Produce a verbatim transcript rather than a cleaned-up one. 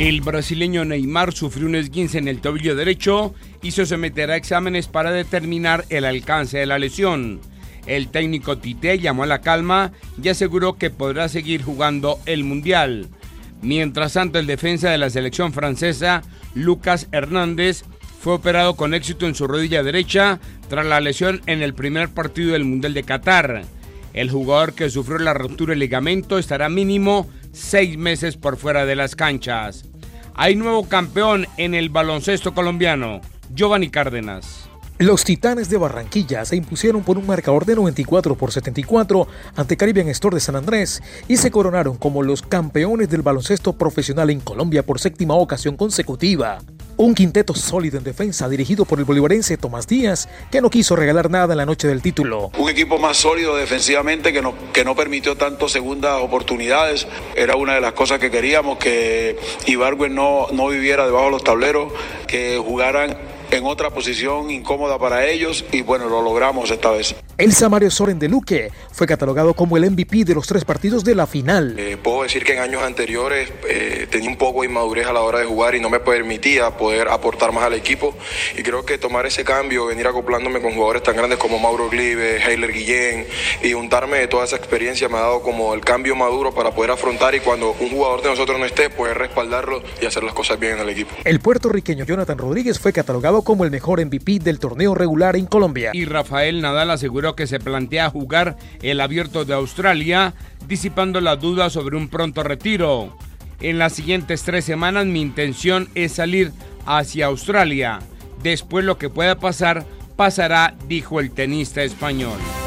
El brasileño Neymar sufrió un esguince en el tobillo derecho y se someterá a exámenes para determinar el alcance de la lesión. El técnico Tite llamó a la calma y aseguró que podrá seguir jugando el Mundial. Mientras tanto, el defensa de la selección francesa, Lucas Hernández, fue operado con éxito en su rodilla derecha tras la lesión en el primer partido del Mundial de Qatar. El jugador que sufrió la ruptura del ligamento estará mínimo seis meses por fuera de las canchas. Hay nuevo campeón en el baloncesto colombiano, Giovanni Cárdenas. Los Titanes de Barranquilla se impusieron por un marcador de noventa y cuatro por setenta y cuatro ante Caribbean Store de San Andrés y se coronaron como los campeones del baloncesto profesional en Colombia por séptima ocasión consecutiva. Un quinteto sólido en defensa dirigido por el bolivarense Tomás Díaz, que no quiso regalar nada en la noche del título. Un equipo más sólido defensivamente que no, que no permitió tanto segundas oportunidades. Era una de las cosas que queríamos, que Ibargüen no, no viviera debajo de los tableros, que jugaran en otra posición incómoda para ellos y bueno, lo logramos esta vez. El Samario Soren de Luque fue catalogado como el M V P de los tres partidos de la final. Eh, puedo decir que en años anteriores eh, tenía un poco de inmadurez a la hora de jugar y no me permitía poder aportar más al equipo, y creo que tomar ese cambio, venir acoplándome con jugadores tan grandes como Mauro Glive, Heiler Guillén y untarme de toda esa experiencia me ha dado como el cambio maduro para poder afrontar, y cuando un jugador de nosotros no esté, poder respaldarlo y hacer las cosas bien en el equipo. El puertorriqueño Jonathan Rodríguez fue catalogado como el mejor M V P del torneo regular en Colombia. Y Rafael Nadal aseguró que se plantea jugar el Abierto de Australia, disipando la duda sobre un pronto retiro. En las siguientes tres semanas mi intención es salir hacia Australia. Después lo que pueda pasar, pasará, dijo el tenista español.